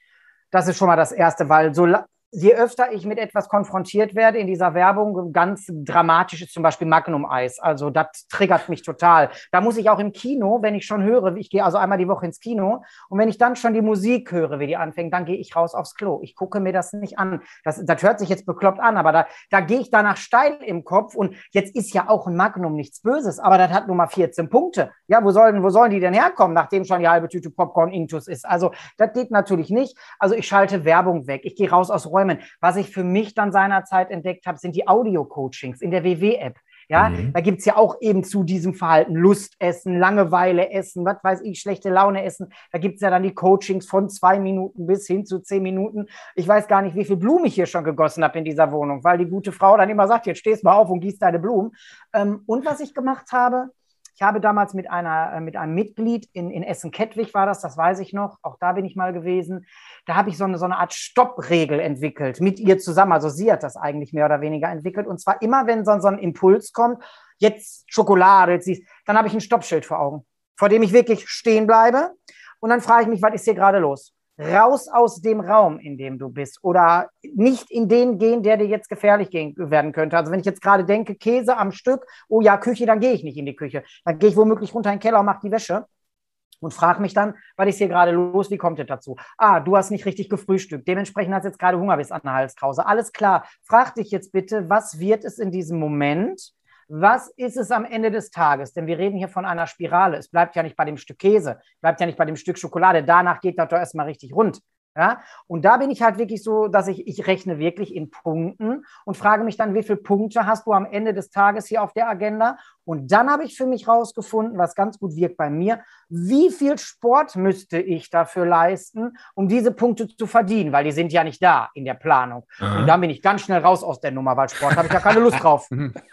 Das ist schon mal das Erste, weil je öfter ich mit etwas konfrontiert werde in dieser Werbung, ganz dramatisch ist zum Beispiel Magnum-Eis. Also das triggert mich total. Da muss ich auch im Kino, wenn ich schon höre, ich gehe also einmal die Woche ins Kino und wenn ich dann schon die Musik höre, wie die anfängt, dann gehe ich raus aufs Klo. Ich gucke mir das nicht an. Das hört sich jetzt bekloppt an, aber da gehe ich danach steil im Kopf und jetzt ist ja auch ein Magnum nichts Böses, aber das hat nur mal 14 Punkte. Ja, wo sollen die denn herkommen, nachdem schon die halbe Tüte Popcorn Intus ist? Also das geht natürlich nicht. Also ich schalte Werbung weg. Ich gehe raus aus Räumen. Was ich für mich dann seinerzeit entdeckt habe, sind die Audio-Coachings in der WW-App. Ja, da gibt es ja auch eben zu diesem Verhalten Lustessen, Langeweile essen, was weiß ich, schlechte Laune essen. Da gibt es ja dann die Coachings von 2 Minuten bis hin zu 10 Minuten. Ich weiß gar nicht, wie viel Blumen ich hier schon gegossen habe in dieser Wohnung, weil die gute Frau dann immer sagt, jetzt stehst mal auf und gießt deine Blumen. Und was ich gemacht habe, ich habe damals mit einem Mitglied in Essen-Kettwig war das weiß ich noch, auch da bin ich mal gewesen, da habe ich so eine Art Stoppregel entwickelt, mit ihr zusammen, also sie hat das eigentlich mehr oder weniger entwickelt und zwar immer, wenn so ein Impuls kommt, jetzt Schokolade, dann habe ich ein Stoppschild vor Augen, vor dem ich wirklich stehen bleibe und dann frage ich mich, was ist hier gerade los? Raus aus dem Raum, in dem du bist oder nicht in den gehen, der dir jetzt gefährlich werden könnte. Also wenn ich jetzt gerade denke, Käse am Stück, oh ja, Küche, dann gehe ich nicht in die Küche. Dann gehe ich womöglich runter in den Keller und mache die Wäsche und frage mich dann, was ist hier gerade los, wie kommt es dazu? Du hast nicht richtig gefrühstückt, dementsprechend hast du jetzt gerade Hunger bis an der Halskrause. Alles klar, frag dich jetzt bitte, was wird es in diesem Moment? Was ist es am Ende des Tages? Denn wir reden hier von einer Spirale. Es bleibt ja nicht bei dem Stück Käse, bleibt ja nicht bei dem Stück Schokolade. Danach geht das doch erstmal richtig rund. Ja? Und da bin ich halt wirklich so, dass ich rechne wirklich in Punkten und frage mich dann, wie viele Punkte hast du am Ende des Tages hier auf der Agenda? Und dann habe ich für mich rausgefunden, was ganz gut wirkt bei mir, wie viel Sport müsste ich dafür leisten, um diese Punkte zu verdienen, weil die sind ja nicht da in der Planung. Und dann bin ich ganz schnell raus aus der Nummer, weil Sport habe ich ja keine Lust drauf.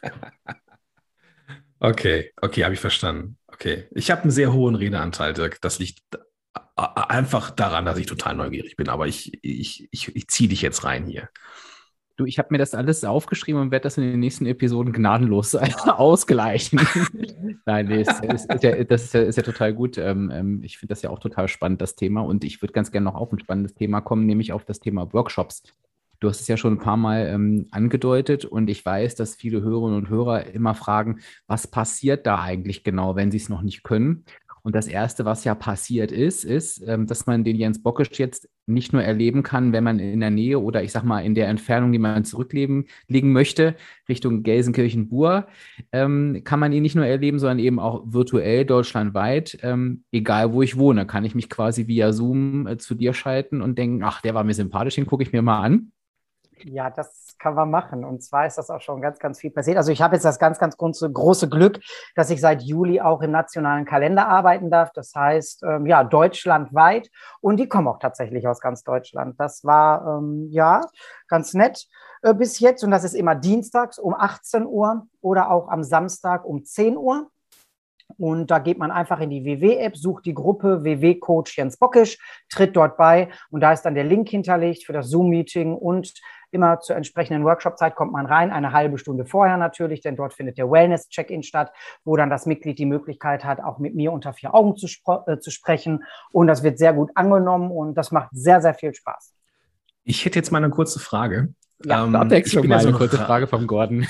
Okay, habe ich verstanden. Okay, ich habe einen sehr hohen Redeanteil, Dirk. Das liegt einfach daran, dass ich total neugierig bin. Aber ich ziehe dich jetzt rein hier. Du, ich habe mir das alles aufgeschrieben und werde das in den nächsten Episoden gnadenlos ausgleichen. Nein, nee, das ist ja total gut. Ich finde das ja auch total spannend, das Thema. Und ich würde ganz gerne noch auf ein spannendes Thema kommen, nämlich auf das Thema Workshops. Du hast es ja schon ein paar Mal angedeutet und ich weiß, dass viele Hörerinnen und Hörer immer fragen, was passiert da eigentlich genau, wenn sie es noch nicht können? Und das Erste, was ja passiert ist, dass man den Jens Bockisch jetzt nicht nur erleben kann, wenn man in der Nähe oder ich sag mal in der Entfernung, die man zurücklegen möchte, Richtung Gelsenkirchen-Bur, kann man ihn nicht nur erleben, sondern eben auch virtuell deutschlandweit, egal wo ich wohne, kann ich mich quasi via Zoom zu dir schalten und denken, ach, der war mir sympathisch, den gucke ich mir mal an. Ja, das kann man machen. Und zwar ist das auch schon ganz, ganz viel passiert. Also ich habe jetzt das ganz, ganz große Glück, dass ich seit Juli auch im nationalen Kalender arbeiten darf. Das heißt, ja, deutschlandweit. Und die kommen auch tatsächlich aus ganz Deutschland. Das war, ja, ganz nett bis jetzt. Und das ist immer dienstags um 18 Uhr oder auch am Samstag um 10 Uhr. Und da geht man einfach in die WW-App, sucht die Gruppe WW-Coach Jens Bockisch, tritt dort bei und da ist dann der Link hinterlegt für das Zoom-Meeting und immer zur entsprechenden Workshop-Zeit kommt man rein, eine halbe Stunde vorher natürlich, denn dort findet der Wellness-Check-In statt, wo dann das Mitglied die Möglichkeit hat, auch mit mir unter 4 Augen zu sprechen und das wird sehr gut angenommen und das macht sehr, sehr viel Spaß. Ich hätte jetzt mal eine kurze Frage. Ja, ich bin ja so eine kurze Frage vom Gordon.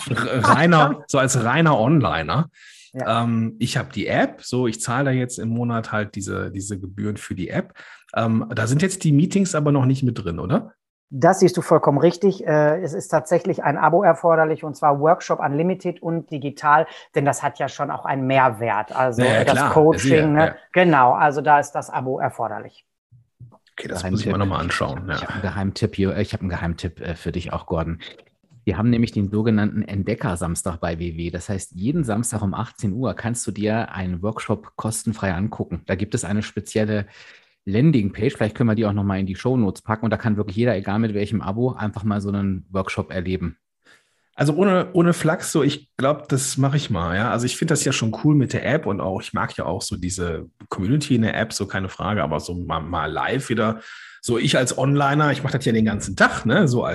So als reiner Onliner. Ja. Ich habe die App, so ich zahle da jetzt im Monat halt diese Gebühren für die App. Da sind jetzt die Meetings aber noch nicht mit drin, oder? Das siehst du vollkommen richtig. Es ist tatsächlich ein Abo erforderlich und zwar Workshop Unlimited und digital, denn das hat ja schon auch einen Mehrwert. Also ja, das klar, Coaching, ja. Genau, also da ist das Abo erforderlich. Okay, das muss ich mir nochmal anschauen. Ja. Ich habe einen Geheimtipp für dich auch, Gordon. Wir haben nämlich den sogenannten Entdecker-Samstag bei WW. Das heißt, jeden Samstag um 18 Uhr kannst du dir einen Workshop kostenfrei angucken. Da gibt es eine spezielle Landingpage, vielleicht können wir die auch nochmal in die Shownotes packen und da kann wirklich jeder, egal mit welchem Abo, einfach mal so einen Workshop erleben. Also ohne Flachs, so ich glaube, das mache ich mal, ja. Also ich finde das ja schon cool mit der App und auch, ich mag ja auch so diese Community in der App, so keine Frage, aber so mal live wieder. So ich als Onliner, ich mache das ja den ganzen Tag, ne, so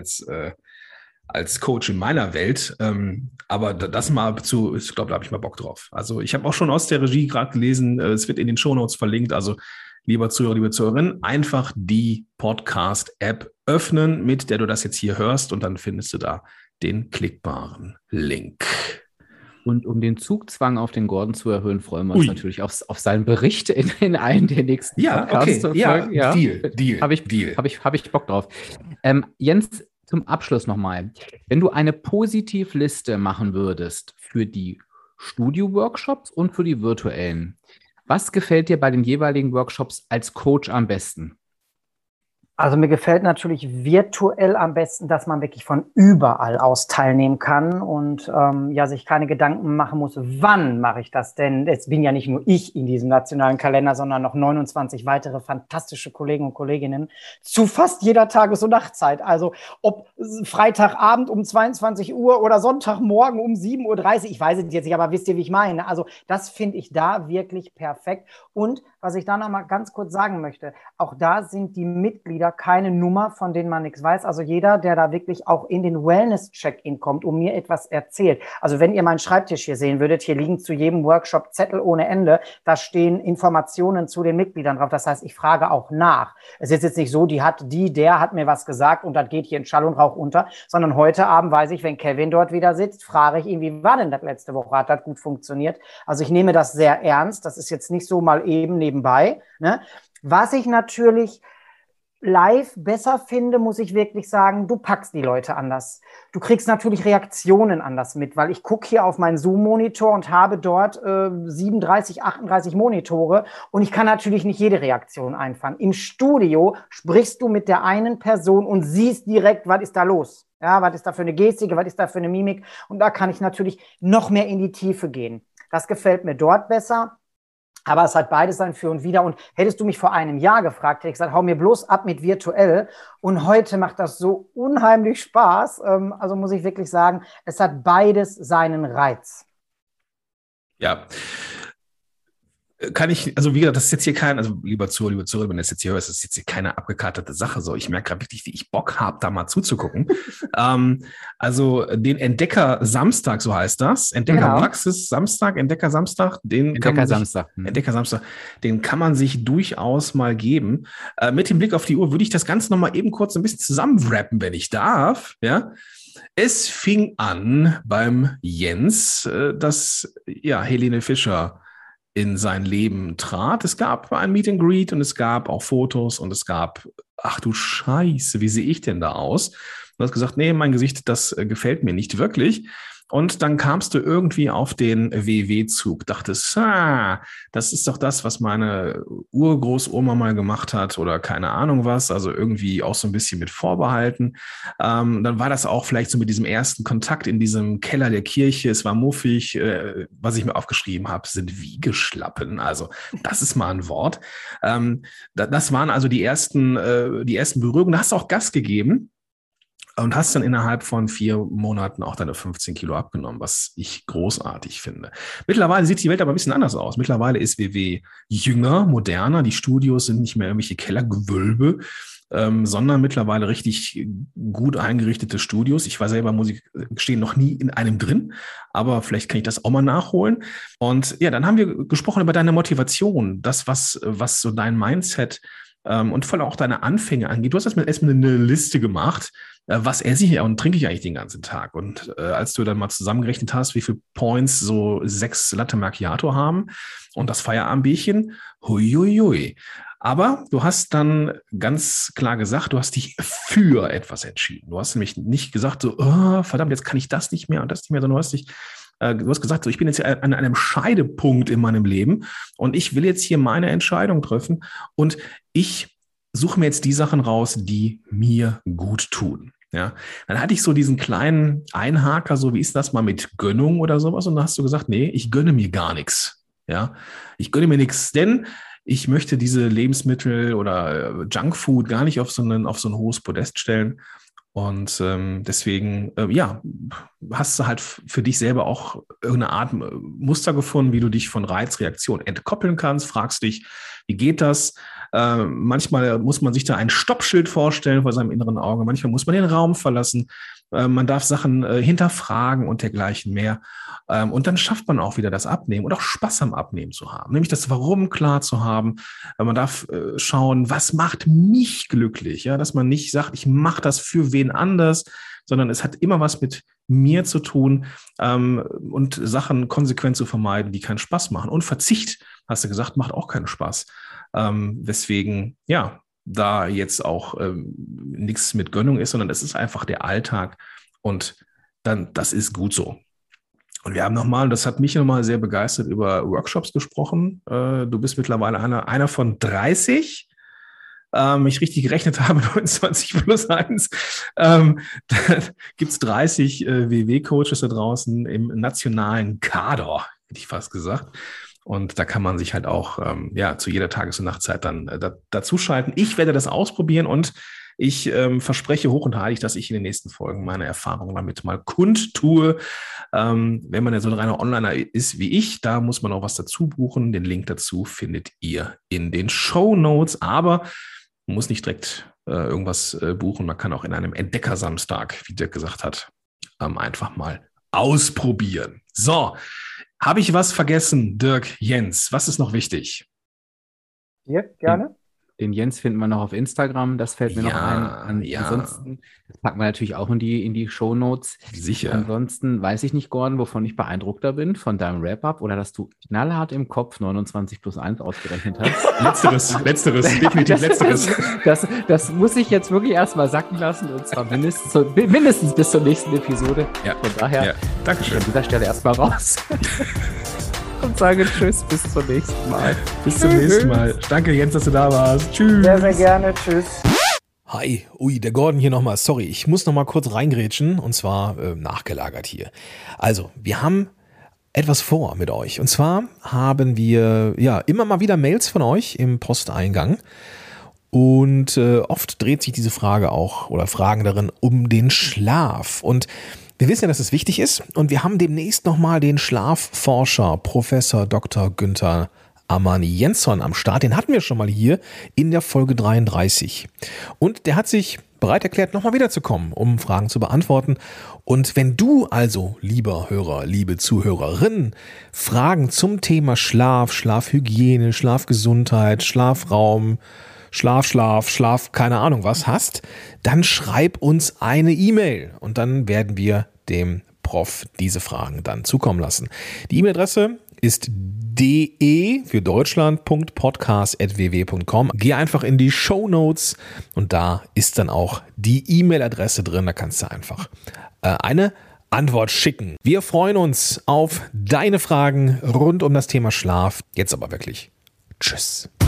als Coach in meiner Welt. Aber das mal ich glaube, da habe ich mal Bock drauf. Also ich habe auch schon aus der Regie gerade gelesen, es wird in den Shownotes verlinkt. Also lieber Zuhörer, liebe Zuhörerin, einfach die Podcast-App öffnen, mit der du das jetzt hier hörst und dann findest du da den klickbaren Link. Und um den Zugzwang auf den Gordon zu erhöhen, freuen wir uns natürlich auf seinen Bericht in einem der nächsten Podcasts. Okay. Ja, Deal. Habe ich Bock drauf. Jens, zum Abschluss nochmal. Wenn du eine Positivliste machen würdest für die Studio-Workshops und für die virtuellen, was gefällt dir bei den jeweiligen Workshops als Coach am besten? Also mir gefällt natürlich virtuell am besten, dass man wirklich von überall aus teilnehmen kann und sich keine Gedanken machen muss, wann mache ich das denn? Es bin ja nicht nur ich in diesem nationalen Kalender, sondern noch 29 weitere fantastische Kollegen und Kolleginnen zu fast jeder Tages- und Nachtzeit. Also ob Freitagabend um 22 Uhr oder Sonntagmorgen um 7:30 Uhr, ich weiß es jetzt nicht, aber wisst ihr, wie ich meine? Also das finde ich da wirklich perfekt. Und was ich da noch mal ganz kurz sagen möchte, auch da sind die Mitglieder keine Nummer, von denen man nichts weiß. Also jeder, der da wirklich auch in den Wellness-Check-In kommt und mir etwas erzählt. Also wenn ihr meinen Schreibtisch hier sehen würdet, hier liegen zu jedem Workshop Zettel ohne Ende. Da stehen Informationen zu den Mitgliedern drauf. Das heißt, ich frage auch nach. Es ist jetzt nicht so, der hat mir was gesagt und das geht hier in Schall und Rauch unter, sondern heute Abend weiß ich, wenn Kevin dort wieder sitzt, frage ich ihn, wie war denn das letzte Woche? Hat das gut funktioniert? Also ich nehme das sehr ernst. Das ist jetzt nicht so mal eben nebenbei, ne? Was ich natürlich live besser finde, muss ich wirklich sagen, du packst die Leute anders. Du kriegst natürlich Reaktionen anders mit, weil ich gucke hier auf meinen Zoom-Monitor und habe dort 37, 38 Monitore und ich kann natürlich nicht jede Reaktion einfangen. Im Studio sprichst du mit der einen Person und siehst direkt, was ist da los? Ja, was ist da für eine Gestik, was ist da für eine Mimik? Und da kann ich natürlich noch mehr in die Tiefe gehen. Das gefällt mir dort besser. Aber es hat beides sein Für und Wider. Und hättest du mich vor einem Jahr gefragt, hätte ich gesagt, hau mir bloß ab mit virtuell. Und heute macht das so unheimlich Spaß. Also muss ich wirklich sagen, es hat beides seinen Reiz. Ja. Also wie gesagt, das ist jetzt hier also lieber Zuhörer, wenn du das jetzt hier hörst, das ist jetzt hier keine abgekartete Sache. So, ich merke gerade wirklich, wie ich Bock habe, da mal zuzugucken. Also den Entdecker-Samstag, so heißt das. Entdecker-Praxis Samstag, Entdecker-Samstag, den kann man sich durchaus mal geben. Mit dem Blick auf die Uhr würde ich das Ganze nochmal eben kurz ein bisschen zusammenwrappen, wenn ich darf. Ja. Es fing an beim Jens, dass Helene Fischer in sein Leben trat. Es gab ein Meet and Greet und es gab auch Fotos und es gab, ach du Scheiße, wie sehe ich denn da aus? Du hast gesagt, nee, mein Gesicht, das gefällt mir nicht wirklich. Und dann kamst du irgendwie auf den WW-Zug, dachtest, das ist doch das, was meine Urgroßoma mal gemacht hat oder keine Ahnung was, also irgendwie auch so ein bisschen mit Vorbehalten. Dann war das auch vielleicht so mit diesem ersten Kontakt in diesem Keller der Kirche, es war muffig, was ich mir aufgeschrieben habe, sind Wiegeschlappen, also das ist mal ein Wort. Das waren also die ersten Berührungen, da hast du auch Gas gegeben. Und hast dann innerhalb von 4 Monaten auch deine 15 Kilo abgenommen, was ich großartig finde. Mittlerweile sieht die Welt aber ein bisschen anders aus. Mittlerweile ist WW jünger, moderner. Die Studios sind nicht mehr irgendwelche Kellergewölbe, sondern mittlerweile richtig gut eingerichtete Studios. Ich war selber, muss ich gestehen, noch nie in einem drin, aber vielleicht kann ich das auch mal nachholen. Und ja, dann haben wir gesprochen über deine Motivation, das, was so dein Mindset und voll auch deine Anfänge angeht. Du hast erstmal eine Liste gemacht, was esse ich und trinke ich eigentlich den ganzen Tag. Und als du dann mal zusammengerechnet hast, wie viele Points so 6 Latte Macchiato haben und das Feierabendbierchen, huiuiui. Aber du hast dann ganz klar gesagt, du hast dich für etwas entschieden. Du hast nämlich nicht gesagt, so, oh, verdammt, jetzt kann ich das nicht mehr und das nicht mehr, sondern du hast gesagt, so, ich bin jetzt an einem Scheidepunkt in meinem Leben und ich will jetzt hier meine Entscheidung treffen und ich suche mir jetzt die Sachen raus, die mir gut tun. Ja, dann hatte ich so diesen kleinen Einhaker, so wie ist das mal mit Gönnung oder sowas? Und dann hast du gesagt, nee, ich gönne mir gar nichts. Ja, ich gönne mir nichts, denn ich möchte diese Lebensmittel oder Junkfood gar nicht auf so ein hohes Podest stellen. Und deswegen, hast du halt für dich selber auch irgendeine Art Muster gefunden, wie du dich von Reizreaktion entkoppeln kannst. Fragst dich, wie geht das? Manchmal muss man sich da ein Stoppschild vorstellen vor seinem inneren Auge. Manchmal muss man den Raum verlassen. Man darf Sachen hinterfragen und dergleichen mehr. Und dann schafft man auch wieder das Abnehmen und auch Spaß am Abnehmen zu haben. Nämlich das Warum klar zu haben. Man darf schauen, was macht mich glücklich? Ja, dass man nicht sagt, ich mache das für wen anders, sondern es hat immer was mit mir zu tun und Sachen konsequent zu vermeiden, die keinen Spaß machen. Und Verzicht, hast du gesagt, macht auch keinen Spaß. Deswegen, ja, da jetzt auch nichts mit Gönnung ist, sondern es ist einfach der Alltag und dann, das ist gut so. Und wir haben nochmal, das hat mich nochmal sehr begeistert, über Workshops gesprochen. Du bist mittlerweile einer von 30. Wenn ich richtig gerechnet habe, 29 plus 1, da gibt es 30 WW-Coaches da draußen im nationalen Kader, hätte ich fast gesagt. Und da kann man sich halt auch zu jeder Tages- und Nachtzeit dann dazuschalten. Ich werde das ausprobieren und ich verspreche hoch und heilig, dass ich in den nächsten Folgen meine Erfahrungen damit mal kundtue. Wenn man ja so ein reiner Onliner ist wie ich, da muss man auch was dazu buchen. Den Link dazu findet ihr in den Shownotes. Aber man muss nicht direkt irgendwas buchen. Man kann auch in einem Entdeckersamstag, wie Dirk gesagt hat, einfach mal ausprobieren. So, habe ich was vergessen, Dirk, Jens? Was ist noch wichtig? Ja, gerne. Den Jens finden wir noch auf Instagram, das fällt mir noch ein. Ansonsten, das packen wir natürlich auch in die Shownotes. Sicher. Ansonsten weiß ich nicht, Gordon, wovon ich beeindruckter bin, von deinem Wrap-Up oder dass du knallhart im Kopf 29 plus 1 ausgerechnet hast. Letzteres, definitiv letzteres. Das muss ich jetzt wirklich erstmal sacken lassen und zwar mindestens bis zur nächsten Episode. Ja. Von daher, Dankeschön. An dieser Stelle erstmal raus. Und sage Tschüss, bis zum nächsten Mal. Bis zum nächsten Mal. Danke, Jens, dass du da warst. Tschüss. Sehr, sehr gerne. Tschüss. Hi, der Gordon hier nochmal. Sorry, ich muss nochmal kurz reingrätschen und zwar nachgelagert hier. Also, wir haben etwas vor mit euch. Und zwar haben wir immer mal wieder Mails von euch im Posteingang. Und oft dreht sich diese Frage auch oder Fragen darin um den Schlaf. Und wir wissen ja, dass es wichtig ist und wir haben demnächst nochmal den Schlafforscher Professor Dr. Günther Ammann-Jensson am Start. Den hatten wir schon mal hier in der Folge 33. Und der hat sich bereit erklärt, nochmal wiederzukommen, um Fragen zu beantworten. Und wenn du also, lieber Hörer, liebe Zuhörerin, Fragen zum Thema Schlaf, Schlafhygiene, Schlafgesundheit, Schlafraum, Schlaf, keine Ahnung was hast, dann schreib uns eine E-Mail und dann werden wir dem Prof diese Fragen dann zukommen lassen. Die E-Mail-Adresse ist de für Deutschland.podcast@ww.com. Geh einfach in die Shownotes und da ist dann auch die E-Mail-Adresse drin. Da kannst du einfach eine Antwort schicken. Wir freuen uns auf deine Fragen rund um das Thema Schlaf. Jetzt aber wirklich. Tschüss.